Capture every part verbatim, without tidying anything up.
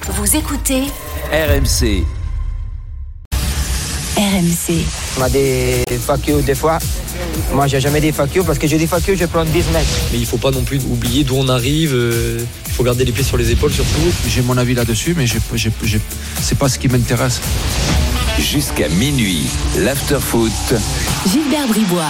Vous écoutez R M C. R M C. On a des fuck you des fois. Moi, j'ai jamais dit fuck you parce que je dis fuck you, je prends dix mecs. Mais il faut pas non plus oublier d'où on arrive. Euh, il faut garder les pieds sur les épaules surtout. J'ai mon avis là-dessus, mais j'ai, j'ai, j'ai, c'est pas ce qui m'intéresse. Jusqu'à minuit, l'after-foot. Gilbert Bribois.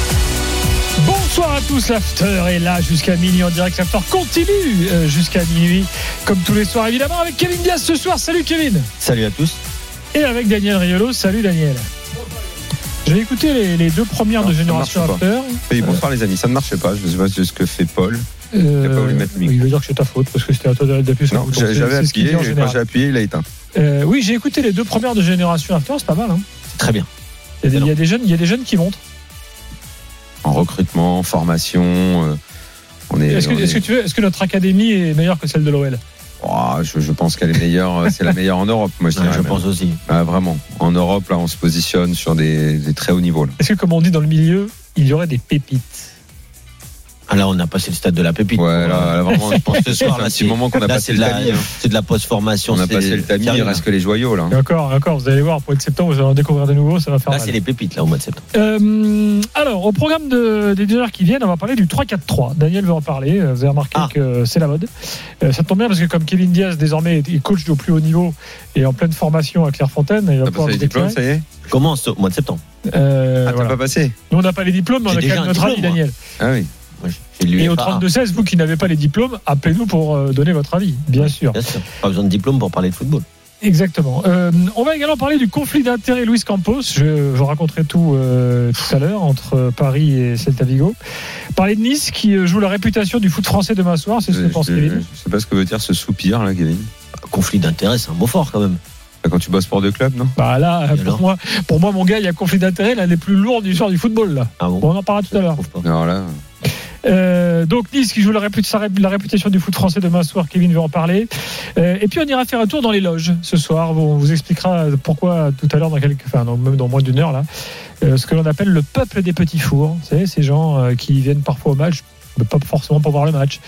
Bonsoir à tous, l'after est là jusqu'à minuit en direct. L'after continue euh, jusqu'à minuit, comme tous les soirs évidemment, avec Kevin Diaz ce soir. Salut Kevin. Salut à tous. Et avec Daniel Riolo. Salut Daniel. J'ai écouté les, les deux premières non, de Génération After. Oui, bonsoir euh, les amis, ça ne marchait pas. Je ne sais pas ce que fait Paul. Euh, il n'a pas voulu mettre le micro. Il veut dire que c'est ta faute parce que c'était à toi d'appuyer sur non, le bouton. J'avais c'est, appuyé, c'est et quand j'ai appuyé, il a éteint. Euh, oui, j'ai écouté les deux premières de Génération After, c'est pas mal. Hein. C'est très bien. Il y, a des, il, y a des jeunes, il y a des jeunes qui montent. En recrutement, en formation. Euh, on est, est-ce, que, on est-ce, est... que tu veux, est-ce que notre académie est meilleure que celle de l'O L? Oh, je, je pense qu'elle est meilleure, c'est la meilleure en Europe, moi je, ouais, je pense aussi. Ah, vraiment. En Europe, là, on se positionne sur des, des très hauts niveaux. Là. Est-ce que, comme on dit dans le milieu, il y aurait des pépites? Ah là, on a passé le stade de la pépite. Ouais, là, là vraiment, je pense que ce soir, c'est un petit moment qu'on a là, passé le la, tamis. Hein. C'est de la post-formation. On a passé le tamis, il reste que les joyaux là. D'accord, d'accord. Vous allez voir, pour le septembre, vous allez en découvrir de nouveau, ça va faire là, mal. C'est les pépites là au mois de septembre. Euh, alors, au programme de, des deux heures qui viennent, on va parler du trois quatre trois. Daniel veut en parler. Vous avez remarqué ah. que c'est la mode. Euh, ça tombe bien parce que comme Kevin Diaz désormais est coach au plus haut niveau et en pleine formation à Clairefontaine, il va pouvoir les diplômes, ça y est. Commence au mois de septembre. Euh, ah, t'as voilà. pas passé. Nous, on n'a pas les diplômes, mais on a quand même notre avis, Daniel. Ah oui. Moi, et au trente-deux seize, vous qui n'avez pas les diplômes, appelez-nous pour euh, donner votre avis, bien ouais, sûr. Bien sûr. Pas besoin de diplôme pour parler de football. Exactement. Euh, on va également parler du conflit d'intérêt Luis Campos. Je, je raconterai tout euh, tout à l'heure entre Paris et Celta Vigo. Parler de Nice qui joue la réputation du foot français demain soir. C'est ce que pense Kevin. Je sais pas ce que veut dire ce soupir là, Kevin. Conflit d'intérêt, c'est un mot fort quand même. Quand tu bosses pour deux clubs, non? Bah là, et pour alors moi, pour moi, mon gars, il y a conflit d'intérêt l'un des plus lourds du sort du football là. Ah bon, bon, on en parlera tout à l'heure. Alors là. Euh, donc Nice qui joue la, réput- la réputation du foot français demain soir, Kevin veut en parler. Euh, et puis on ira faire un tour dans les loges ce soir. Bon, on vous expliquera pourquoi tout à l'heure, dans quelques, enfin, dans, même dans moins d'une heure là, euh, ce que l'on appelle le peuple des petits fours. Vous savez, ces gens euh, qui viennent parfois au match, mais pas forcément pour voir le match.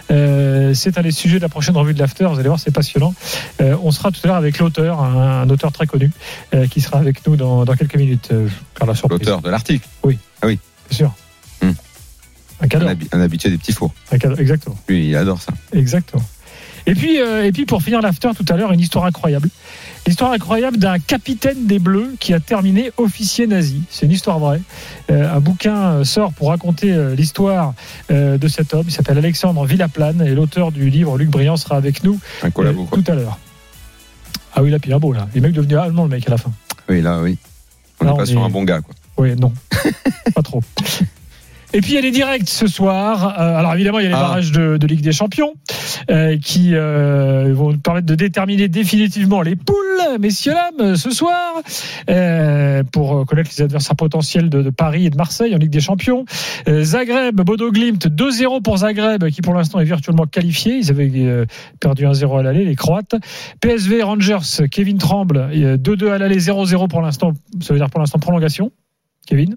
Euh, c'est un des sujets de la prochaine revue de l'After. Vous allez voir, c'est passionnant. Euh, on sera tout à l'heure avec l'auteur, un, un auteur très connu, euh, qui sera avec nous dans, dans quelques minutes. Euh, par la surprise. L'auteur de l'article. Oui. Ah oui. Bien sûr. Hum. Un cadeau. Un, habi- un habitué des petits fours. Un cadeau, exactement. Lui, il adore ça. Exactement. Et puis, euh, et puis pour finir l'after tout à l'heure, une histoire incroyable. L'histoire incroyable d'un capitaine des Bleus qui a terminé officier nazi. C'est une histoire vraie. Euh, un bouquin sort pour raconter euh, l'histoire euh, de cet homme. Il s'appelle Alexandre Villaplane et l'auteur du livre, Luc Briand, sera avec nous un collabo, euh, tout à l'heure. Ah oui, là, puis un beau là. Il est même devenu allemand le mec à la fin. Oui, là, oui. On n'est pas on sur est... un bon gars, quoi. Oui, non. Pas trop. Et puis il y a les directs ce soir. Euh, alors évidemment il y a les ah. barrages de, de Ligue des Champions euh, qui euh, vont nous permettre de déterminer définitivement les poules, messieurs dames, ce soir, euh, pour connaître les adversaires potentiels de, de Paris et de Marseille en Ligue des Champions. Euh, Zagreb, Bodo Glimt, deux zéro pour Zagreb qui pour l'instant est virtuellement qualifié. Ils avaient euh, perdu un zéro à l'aller, les Croates. P S V Rangers, Kevin Tremble, euh, deux deux à l'aller, zéro zéro pour l'instant. Ça veut dire pour l'instant prolongation. Kevin.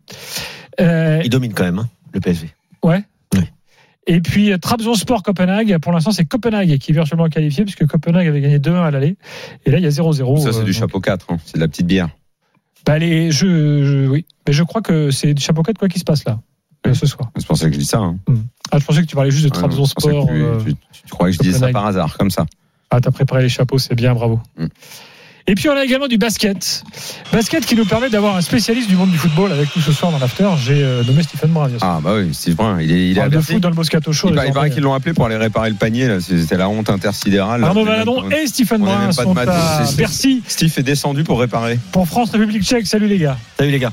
Euh, il domine quand même. Hein. Le P S V. Ouais. Oui. Et puis Trabzonspor Copenhague, pour l'instant c'est Copenhague qui est virtuellement qualifié puisque Copenhague avait gagné deux un à l'aller et là il y a zéro zéro. Ça c'est euh, du chapeau quatre, hein. C'est de la petite bière. Bah les je, je oui, mais je crois que c'est du chapeau quatre quoi qui se passe là euh, ce soir. C'est pour ça que je dis ça. Hein. Mmh. Ah je pensais que tu parlais juste de Trabzonspor. Ah, tu, euh, tu, tu, tu croyais que je disais ça par hasard comme ça. Ah t'as préparé les chapeaux, c'est bien, bravo. Mmh. Et puis on a également du basket. Basket qui nous permet d'avoir un spécialiste du monde du football avec nous ce soir dans l'after. J'ai euh, nommé Stephen Brun, bien sûr. Ah bah oui, Steve Brun, il est, il est à de foot dans le Moscato Show. Il, il paraît qu'ils l'ont appelé pour aller réparer le panier, là. C'était la honte intersidérale. Arnaud Valadon et Stephen Brun sont à Bercy. Steve est descendu pour réparer. Pour France République Tchèque, salut les gars. Salut les gars.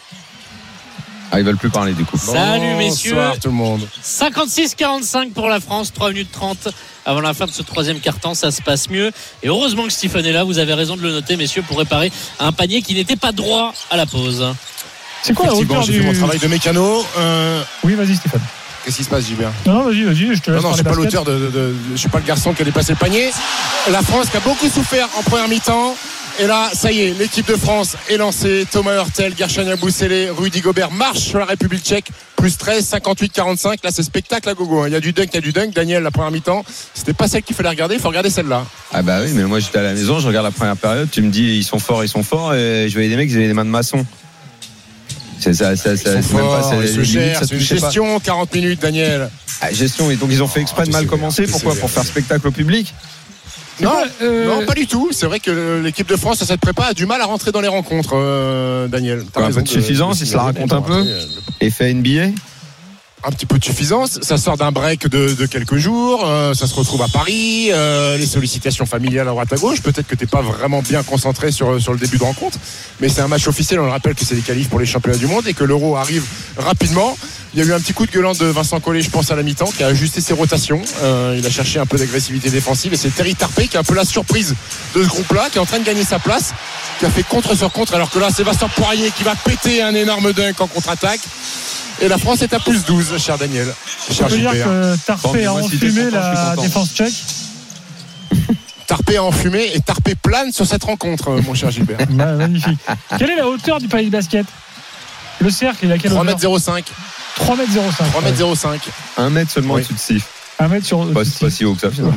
Ah, ils veulent plus parler du coup. Salut messieurs. Bonsoir tout le monde. cinquante-six quarante-cinq pour la France, trois minutes trente avant la fin de ce troisième quart-temps, ça se passe mieux. Et heureusement que Stephen est là, vous avez raison de le noter messieurs, pour réparer un panier qui n'était pas droit à la pause. C'est quoi la hauteur j'ai du... fait mon travail de mécano. Euh... Oui, vas-y Stéphane. Qu'est-ce qui se passe, Gilbert? Non, non, vas-y, vas-y, je te laisse. Non, non, je suis pas basket. l'auteur de, de, de, je suis pas le garçon qui a dépassé le panier. La France qui a beaucoup souffert en première mi-temps. Et là, ça y est, l'équipe de France est lancée. Thomas Hurtel, Guerchania Boussélé, Rudy Gobert marchent sur la République tchèque. plus treize, cinquante-huit quarante-cinq. Là, c'est spectacle à gogo. Il y a du dunk, il y a du dunk. Daniel, la première mi-temps, c'était pas celle qu'il fallait regarder. Il faut regarder celle-là. Ah bah oui, mais moi j'étais à la maison, je regarde la première période. Tu me dis, ils sont forts, ils sont forts. Et je voyais des mecs, ils avaient des mains de maçon. C'est ça, ça, ça. Ils sont C'est même pas. forts, C'est, ils se limite, gèrent, ça c'est une touchait pas. gestion, quarante minutes, Daniel. Ah, gestion. Et donc ils ont fait exprès Oh, de mal c'est commencer. sévère, Pourquoi c'est Pour faire sévère. spectacle au public. Non, quoi, euh, non, pas du tout. C'est vrai que l'équipe de France, à cette prépa, a du mal à rentrer dans les rencontres, euh, Daniel. T'as Un raison peu de suffisance, il se la raconte un peu. Effet N B A. Un petit peu de suffisance. Ça sort d'un break de, de quelques jours. Euh, ça se retrouve à Paris. Euh, les sollicitations familiales à droite à gauche. Peut-être que t'es pas vraiment bien concentré sur, sur le début de rencontre. Mais c'est un match officiel. On le rappelle que c'est des qualifs pour les championnats du monde et que l'Euro arrive rapidement. Il y a eu un petit coup de gueulant de Vincent Collet, je pense, à la mi-temps, qui a ajusté ses rotations. Euh, il a cherché un peu d'agressivité défensive. Et c'est Terry Tarpey qui est un peu la surprise de ce groupe-là, qui est en train de gagner sa place, qui a fait contre sur contre. Alors que là, c'est Sébastien Poirier qui va péter un énorme dunk en contre-attaque. Et la France est à plus douze, cher Daniel. Cher On peut dire Gilbert. que Tarpey a Moi, si t'es enfumé content, je suis la content. défense tchèque. Tarpey a enfumé et Tarpey plane sur cette rencontre, mon cher Gilbert. Bah, magnifique. Quelle est la hauteur du panier de basket? Le cercle, il a quelle trois hauteur? mètres zéro cinq. trois mètres zéro cinq. trois mètres zéro cinq. Un mètre seulement Oui. au-dessus de Sif. un mètre sur. Pas, c'est pas si haut que ça finalement.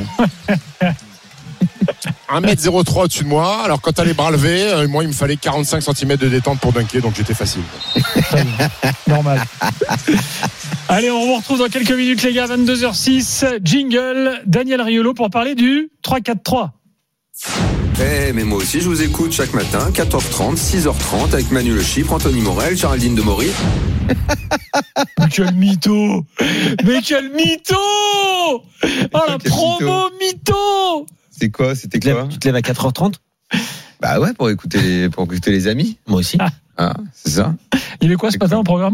un mètre zéro trois au-dessus de moi. Alors quand t'as les bras levés, euh, moi il me fallait quarante-cinq centimètres de détente pour dunker, donc j'étais facile. Très bien. Normal. Allez, on vous retrouve dans quelques minutes, les gars, vingt-deux heures six. Jingle, Daniel Riolo pour parler du trois quatre trois. Eh, mais moi aussi, je vous écoute chaque matin, quatorze heures trente, six heures trente, avec Manu Le Chypre, Anthony Morel, Géraldine de Maury. Mais quel mytho! Mais quel mytho! Oh, la Quel promo mytho! C'est quoi C'était Tu te lèves- quoi tu te lèves à quatre heures trente? Bah ouais, pour écouter les, pour écouter les amis. Moi aussi. Ah, c'est ça. Il y avait quoi ce matin au programme?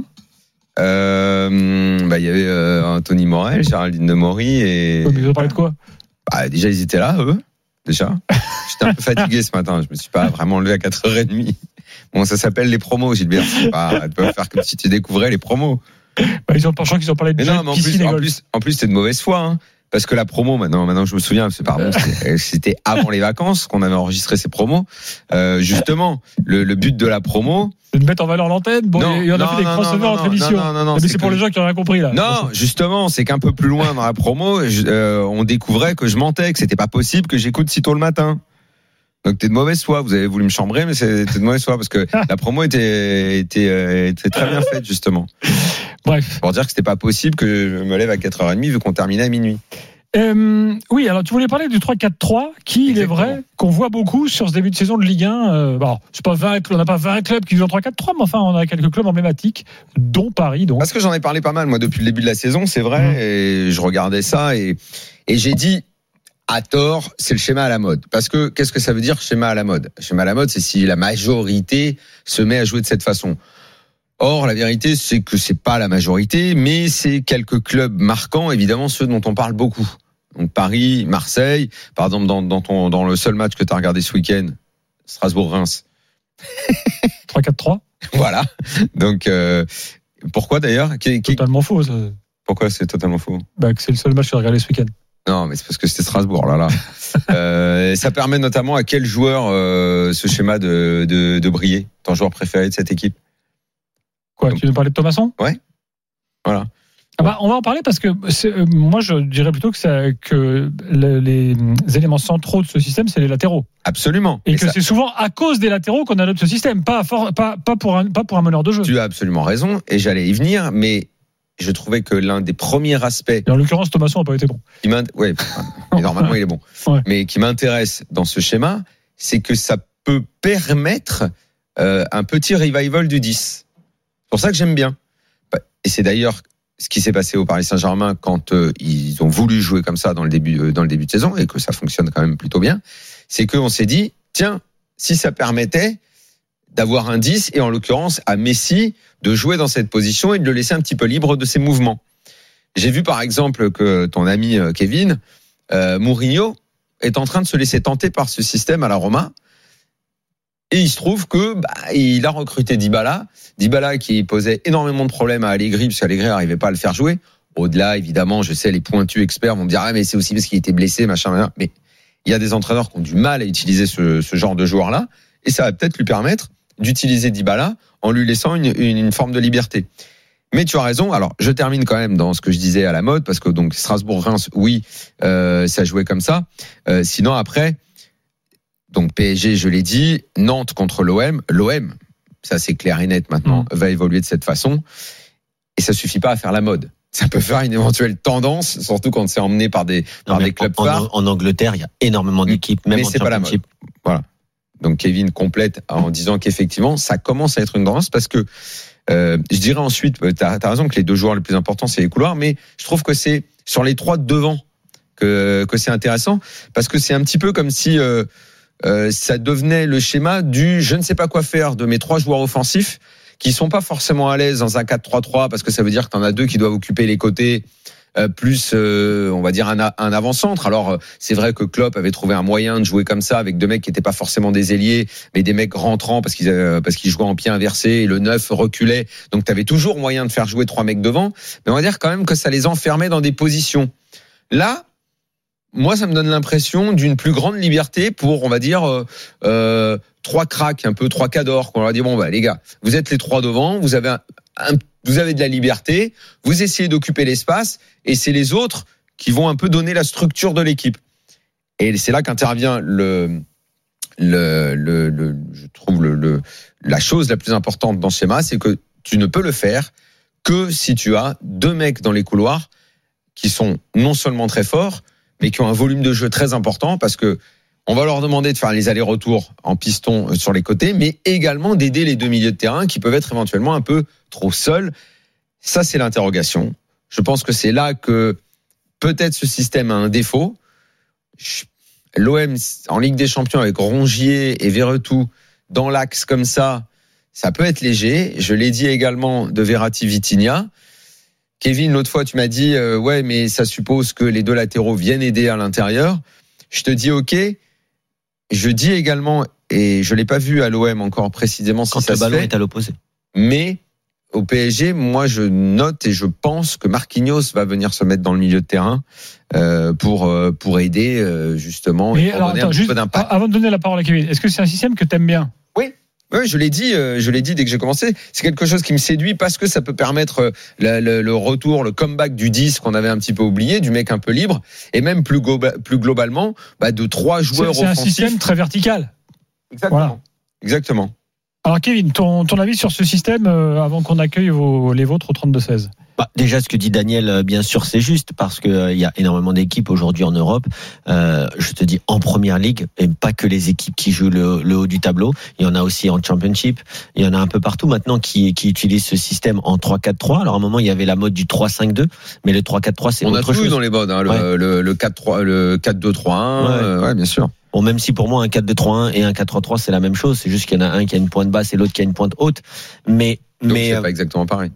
Euh, bah il y avait euh, Anthony Morel, Géraldine de Maury et. Oh, mais vous parlez de quoi? Bah déjà ils étaient là eux. Déjà. J'étais un peu fatigué ce matin. Je me suis pas vraiment levé à quatre heures trente. Bon, ça s'appelle les promos, Gilbert. C'est pas, tu peux faire comme si tu découvrais les promos. Bah, ils ont pas, je crois qu'ils ont parlé de Mais jet, non, mais en piscine plus, et en golf. plus, en plus, c'était de mauvaise foi, hein. Parce que la promo, maintenant, maintenant que je me souviens, c'est pardon, c'était, c'était avant les vacances qu'on avait enregistré ces promos. Euh, justement, le, le but de la promo. C'est de mettre en valeur l'antenne. Bon, Non, il y en a non, fait des non, crossovers non, entre non, émissions. non, non, non, Mais c'est c'est pour que- les gens qui n'ont rien compris, là. Non, justement, c'est qu'un peu plus loin dans la promo, je- euh, on découvrait que je mentais, que c'était pas possible que j'écoute si tôt le matin. Donc t'es de mauvaise foi. Vous avez voulu me chambrer, mais c'était de mauvaise foi parce que la promo était était, euh, était très bien faite justement. Bref. Pour dire que c'était pas possible que je me lève à quatre heures trente vu qu'on terminait à minuit. Euh, oui, alors tu voulais parler du trois quatre trois, qui, il est Exactement. vrai, qu'on voit beaucoup sur ce début de saison de Ligue un. Euh, bon, c'est pas vingt, on n'a pas vingt clubs qui jouent en trois quatre trois, mais enfin, on a quelques clubs emblématiques, dont Paris. Donc. Parce que j'en ai parlé pas mal moi depuis le début de la saison, c'est vrai, Mmh. et je regardais ça et et j'ai dit à tort, c'est le schéma à la mode. Parce que qu'est-ce que ça veut dire schéma à la mode? Schéma à la mode, c'est si la majorité se met à jouer de cette façon. Or, la vérité, c'est que c'est pas la majorité, mais c'est quelques clubs marquants, évidemment ceux dont on parle beaucoup. Donc Paris, Marseille, par exemple dans, dans ton dans le seul match que tu as regardé ce week-end, Strasbourg-Reims. trois quatre trois. Voilà. Donc euh, pourquoi d'ailleurs? Qui- qui- Totalement faux. Ça. Pourquoi c'est totalement faux? Bah, que c'est le seul match que j'ai regardé ce week-end. Non, mais c'est parce que c'était Strasbourg, là, là. euh, ça permet notamment à quel joueur euh, ce schéma de, de, de briller, ton joueur préféré de cette équipe? Quoi, tu veux parler de Thomasson? Ouais. Voilà. Ah bah, on va en parler parce que c'est, euh, moi je dirais plutôt que, ça, que le, les éléments centraux de ce système, c'est les latéraux. Absolument. Et, Et que ça, c'est souvent à cause des latéraux qu'on adopte ce système, pas, à for- pas, pas, pour un, pas pour un meneur de jeu. tu as absolument raison, et j'allais y venir, mais je trouvais que l'un des premiers aspects Et en l'occurrence, Thomasson n'a pas été bon. qui m'int- ouais, mais normalement il est bon, Ouais. mais qui m'intéresse dans ce schéma, c'est que ça peut permettre euh, un petit revival du dix. C'est pour ça que j'aime bien. Et c'est d'ailleurs ce qui s'est passé au Paris Saint-Germain quand euh, ils ont voulu jouer comme ça dans le début euh, dans le début de saison et que ça fonctionne quand même plutôt bien, c'est qu'on s'est dit tiens, si ça permettait d'avoir un dix et en l'occurrence à Messi de jouer dans cette position et de le laisser un petit peu libre de ses mouvements. J'ai vu par exemple que ton ami euh, Kevin euh, Mourinho est en train de se laisser tenter par ce système à la Roma. Et il se trouve que bah, il a recruté Dybala, Dybala qui posait énormément de problèmes à Allegri parce qu'Allegri n'arrivait pas à le faire jouer. Au-delà, évidemment, je sais, les pointus experts vont me dire ah mais c'est aussi parce qu'il était blessé, machin, machin. Mais il y a des entraîneurs qui ont du mal à utiliser ce, ce genre de joueur-là, et ça va peut-être lui permettre d'utiliser Dybala en lui laissant une, une, une forme de liberté. Mais tu as raison. Alors, je termine quand même dans ce que je disais à la mode, parce que donc Strasbourg-Reims, oui, euh, ça jouait comme ça. Euh, sinon, après, donc P S G, je l'ai dit, Nantes contre l'O M. L'O M, ça c'est clair et net maintenant, mmh. va évoluer de cette façon. Et ça suffit pas à faire la mode. Ça peut faire une éventuelle tendance, surtout quand c'est emmené par des, par non, des clubs en, phares. En, en Angleterre, il y a énormément d'équipes, même mais en c'est pas la mode. Voilà. Donc Kevin complète en disant qu'effectivement, ça commence à être une tendance, parce que Euh, je dirais ensuite, t'as, t'as raison que les deux joueurs les plus importants c'est les couloirs, mais je trouve que c'est sur les trois de devant que que c'est intéressant, parce que c'est un petit peu comme si euh, euh, ça devenait le schéma du je ne sais pas quoi faire de mes trois joueurs offensifs qui sont pas forcément à l'aise dans un quatre trois trois, parce que ça veut dire que t'en as deux qui doivent occuper les côtés. Euh, plus euh, on va dire un, un avant-centre. Alors c'est vrai que Klopp avait trouvé un moyen de jouer comme ça avec deux mecs qui n'étaient pas forcément des ailiers, mais des mecs rentrants parce qu'ils euh, parce qu'ils jouaient en pied inversé et le neuf reculait. Donc tu avais toujours moyen de faire jouer trois mecs devant, mais on va dire quand même que ça les enfermait dans des positions. Là, moi ça me donne l'impression d'une plus grande liberté pour, on va dire euh, euh, trois cracks, un peu trois cadors, qu'on leur dit bon bah les gars, vous êtes les trois devant, vous avez un, un vous avez de la liberté, vous essayez d'occuper l'espace, et c'est les autres qui vont un peu donner la structure de l'équipe. Et c'est là qu'intervient le, le, le, le je trouve le, le, la chose la plus importante dans ce schéma, c'est que tu ne peux le faire que si tu as deux mecs dans les couloirs qui sont non seulement très forts, mais qui ont un volume de jeu très important, parce que on va leur demander de faire les allers-retours en piston sur les côtés, mais également d'aider les deux milieux de terrain qui peuvent être éventuellement un peu trop seuls. Ça, c'est l'interrogation. Je pense que c'est là que peut-être ce système a un défaut. L'O M en Ligue des Champions avec Rongier et Verretou dans l'axe comme ça, ça peut être léger. Je l'ai dit également de Verratti-Vitinha. Kevin, l'autre fois, tu m'as dit euh, ouais, mais ça suppose que les deux latéraux viennent aider à l'intérieur. Je te dis ok. Je dis également, et je l'ai pas vu à l'O M encore précisément si quand ça le se ballon fait, est à l'opposé. Mais au P S G, moi je note et je pense que Marquinhos va venir se mettre dans le milieu de terrain euh, pour euh, pour aider euh, justement et, et pour alors, donner attends, un juste, peu d'impact. Avant de donner la parole à Kevin, est-ce que c'est un système que t'aimes bien? Oui. Oui, je l'ai dit, euh, je l'ai dit dès que j'ai commencé. C'est quelque chose qui me séduit parce que ça peut permettre euh, le, le, le retour, le comeback du dix qu'on avait un petit peu oublié, du mec un peu libre, et même plus, globa, plus globalement, bah, de trois joueurs c'est, c'est offensifs. C'est un système très vertical. Exactement. Voilà. Exactement. Alors Kevin, ton, ton avis sur ce système euh, avant qu'on accueille vos, les vôtres au trente-deux seize? Bah, déjà, ce que dit Daniel, bien sûr, c'est juste, parce que euh, il y a énormément d'équipes aujourd'hui en Europe. Euh, je te dis en Première Ligue, et pas que les équipes qui jouent le, le haut du tableau. Il y en a aussi en Championship. Il y en a un peu partout maintenant qui, qui utilisent ce système en trois quatre trois. Alors à un moment, il y avait la mode du trois cinq deux, mais le trois quatre trois, c'est on autre chose. On a tout eu dans les modes, hein, ouais. le, le, le quatre trois, le quatre deux trois un. Ouais, euh, ouais bien sûr. Bon, même si pour moi un quatre deux trois un et un quatre trois trois c'est la même chose, c'est juste qu'il y en a un qui a une pointe basse et l'autre qui a une pointe haute. Mais donc mais c'est pas exactement pareil.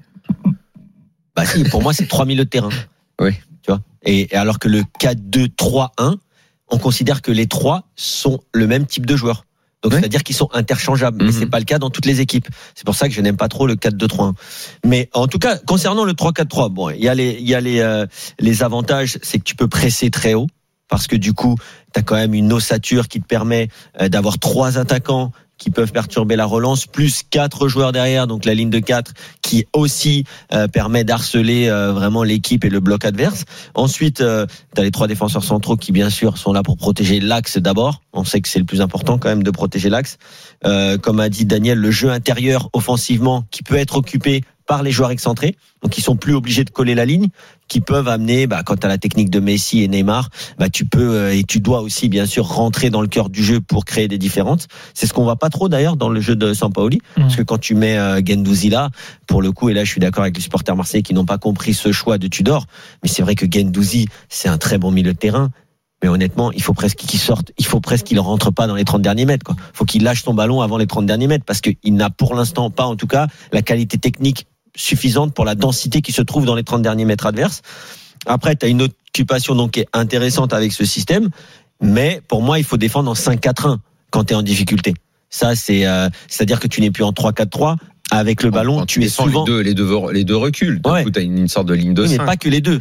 Bah si, pour moi c'est trois milieux de terrain. Oui. Tu vois. Et, et alors que le quatre deux trois un, on considère que les trois sont le même type de joueurs. Donc oui. C'est-à-dire qu'ils sont interchangeables, mm-hmm. mais c'est pas le cas dans toutes les équipes. C'est pour ça que je n'aime pas trop le quatre deux trois un. Mais en tout cas, concernant le trois quatre trois, bon, il y a les il y a les euh, les avantages, c'est que tu peux presser très haut, parce que du coup, tu as quand même une ossature qui te permet d'avoir trois attaquants qui peuvent perturber la relance, plus quatre joueurs derrière, donc la ligne de quatre qui aussi euh, permet d'harceler euh, vraiment l'équipe et le bloc adverse. Ensuite, euh, tu as les trois défenseurs centraux qui bien sûr sont là pour protéger l'axe d'abord. On sait que c'est le plus important quand même de protéger l'axe. Euh, comme a dit Daniel, le jeu intérieur offensivement qui peut être occupé par les joueurs excentrés, donc ils sont plus obligés de coller la ligne, qui peuvent amener, bah, quand tu as la technique de Messi et Neymar, bah, tu peux euh, et tu dois aussi bien sûr rentrer dans le cœur du jeu pour créer des différences. C'est ce qu'on voit pas trop d'ailleurs dans le jeu de Sampaoli, mmh. parce que quand tu mets euh, Guendouzi là, pour le coup, et là je suis d'accord avec les supporters marseillais qui n'ont pas compris ce choix de Tudor, mais c'est vrai que Guendouzi, c'est un très bon milieu de terrain. Mais honnêtement, il faut presque qu'il sorte, il faut presque qu'il rentre pas dans les trente derniers mètres, quoi. Faut qu'il lâche son ballon avant les trente derniers mètres, parce qu'il n'a pour l'instant pas, en tout cas, la qualité technique suffisante pour la densité qui se trouve dans les trente derniers mètres adverses. Après, tu as une occupation donc qui est intéressante avec ce système, mais pour moi, il faut défendre en cinq quatre un quand tu es en difficulté. Ça, c'est euh, c'est-à-dire que tu n'es plus en trois quatre trois avec le ballon, quand tu es souvent les deux les deux les deux reculs. Du ouais. coup, tu as une, une sorte de ligne de oui, cinq. mais pas que les deux.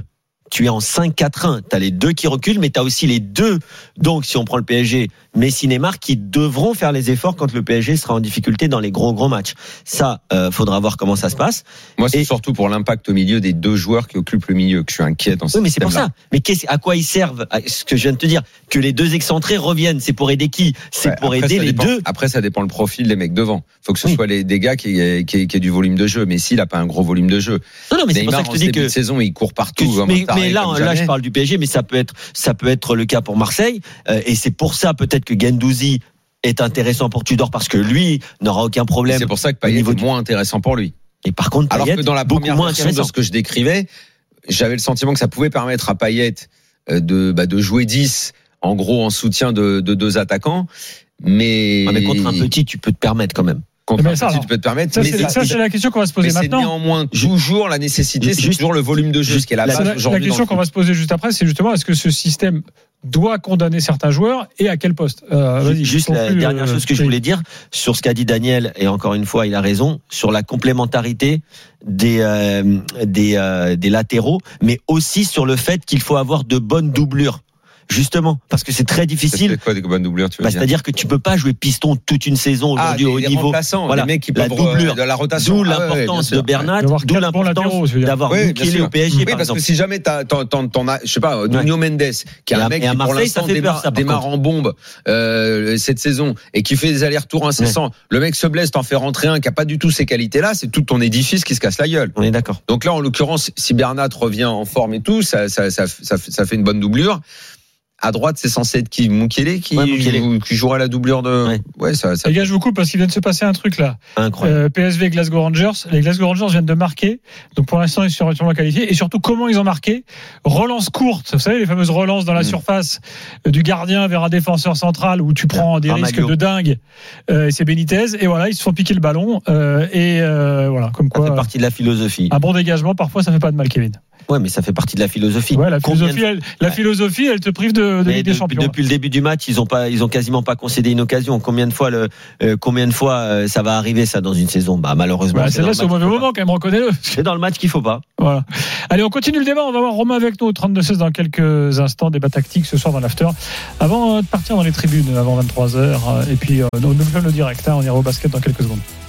tu es en cinq quatre un. Tu as les deux qui reculent, mais tu as aussi les deux. Donc, si on prend le P S G, Messi, Neymar, qui devront faire les efforts quand le P S G sera en difficulté dans les gros, gros matchs. Ça, euh, faudra voir comment ça se passe. Moi, c'est Et... surtout pour l'impact au milieu des deux joueurs qui occupent le milieu que je suis inquiet dans ce Oui, mais c'est pour système-là. ça. Mais qu'est-ce, à quoi ils servent? Ce que je viens de te dire, que les deux excentrés reviennent, c'est pour aider qui? C'est Ouais, pour après, aider ça les dépend. deux. Après, ça dépend le profil des mecs devant. Faut que ce Oui. soit les, des gars qui aient, qui, aient, qui aient du volume de jeu. Mais s'il a pas un gros volume de jeu. Non, non, mais c'est pour Neymar, ça que je te en dis début que. de saison, il court partout. Que- vraiment mais, taré mais là, comme là, jamais. je parle du P S G, mais ça peut être, ça peut être le cas pour Marseille, euh, et c'est pour ça peut-être que Guendouzi est intéressant pour Tudor parce que lui n'aura aucun problème. C'est pour ça que au Payet niveau est du- moins intéressant pour lui. Et par contre, Alors Payet, que dans la beaucoup première moins version de intéressant. ce que je décrivais, j'avais le sentiment que ça pouvait permettre à Payet euh, de, bah, de jouer dix, en gros en soutien de, de deux attaquants. Mais, Ouais, mais contre un petit, tu peux te permettre quand même. contre Mais un ça, petit, alors, tu peux te permettre. Ça, mais c'est, c'est- ça, c'est la question qu'on va se poser mais c'est maintenant. néanmoins toujours la nécessité, c'est Juste- toujours le volume de jeu, juste ce qui est la la- C'est base la, la aujourd'hui. question dans qu'on le va se poser juste après, c'est justement est-ce que ce système doit condamner certains joueurs et à quel poste? Euh, vas-y, Juste non la plus, dernière euh, chose que je oui. voulais dire sur ce qu'a dit Daniel, et encore une fois, il a raison, sur la complémentarité des, euh, des, euh, des latéraux, mais aussi sur le fait qu'il faut avoir de bonnes doublures. Justement, parce que c'est très difficile. C'est quoi des bonnes doublures, tu veux Bah, dire? c'est-à-dire que tu peux pas jouer piston toute une saison Ah, aujourd'hui des, au des niveau. remplaçants, Voilà, les mecs qui la peuvent doublure. de la rotation. D'où Ah ouais, ouais, bien l'importance sûr. de Bernat, D'avoir d'où quatre bons latéraux, l'importance je veux dire. d'avoir Oui, bien Mukiele sûr. au P S G, Oui, par parce exemple. que si jamais t'as, t'en, t'en, t'en as, je sais pas, Nuno Mendes, qui est Et à- un mec et à qui pour Marseille, ça l'instant fait démarre, peur, ça, par démarre contre. en bombe euh, cette saison et qui fait des allers-retours incessants, le mec se blesse, t'en fais rentrer un qui a pas du tout ces qualités-là, c'est tout ton édifice qui se casse la gueule. On est d'accord. Donc là, en l'occurrence, si Bernat revient en forme et tout, ça, ça, ça, ça, ça fait une bonne doublure. À droite, c'est censé être qui? Mukiele qui, Ouais, Mukiele. joue- qui jouera la doublure de. Ouais. Ouais, ça. ça... Les gars, je vous coupe parce qu'il vient de se passer un truc là. Incroyable. Euh, P S V Glasgow Rangers. Les Glasgow Rangers viennent de marquer. Donc pour l'instant, ils sont sûrement qualifiés. Et surtout, comment ils ont marqué? Relance courte. Vous savez, les fameuses relances dans la Mm. surface euh, du gardien vers un défenseur central où tu prends des risques Ramalho. de dingue. Euh, c'est Benitez. Et voilà, ils se font piquer le ballon. Euh, et euh, voilà, comme Ça fait quoi. partie de la philosophie. Un bon dégagement, parfois, ça fait pas de mal, Kevin. Ouais, mais ça fait partie de la philosophie. Ouais, la Combien de philosophie, elle, la Ouais. philosophie, elle te prive de, de Mais Ligue des de- Champions. depuis le début du match, ils ont pas, ils ont quasiment pas concédé une occasion. Combien de fois le, euh, combien de fois euh, ça va arriver ça dans une saison? Bah malheureusement. Bah, c'est celle-là, dans le c'est au match mauvais qu'il faut moment, quand même, reconnais-le. pas. C'est dans le match qu'il faut pas. Voilà. Allez, on continue le débat. On va voir Romain avec nous au trente-deux seize dans quelques instants. Débat tactique ce soir dans l'after. Avant euh, de partir dans les tribunes avant vingt-trois heures. Et puis, euh, nous nous faisons le direct. Hein, on ira au basket dans quelques secondes.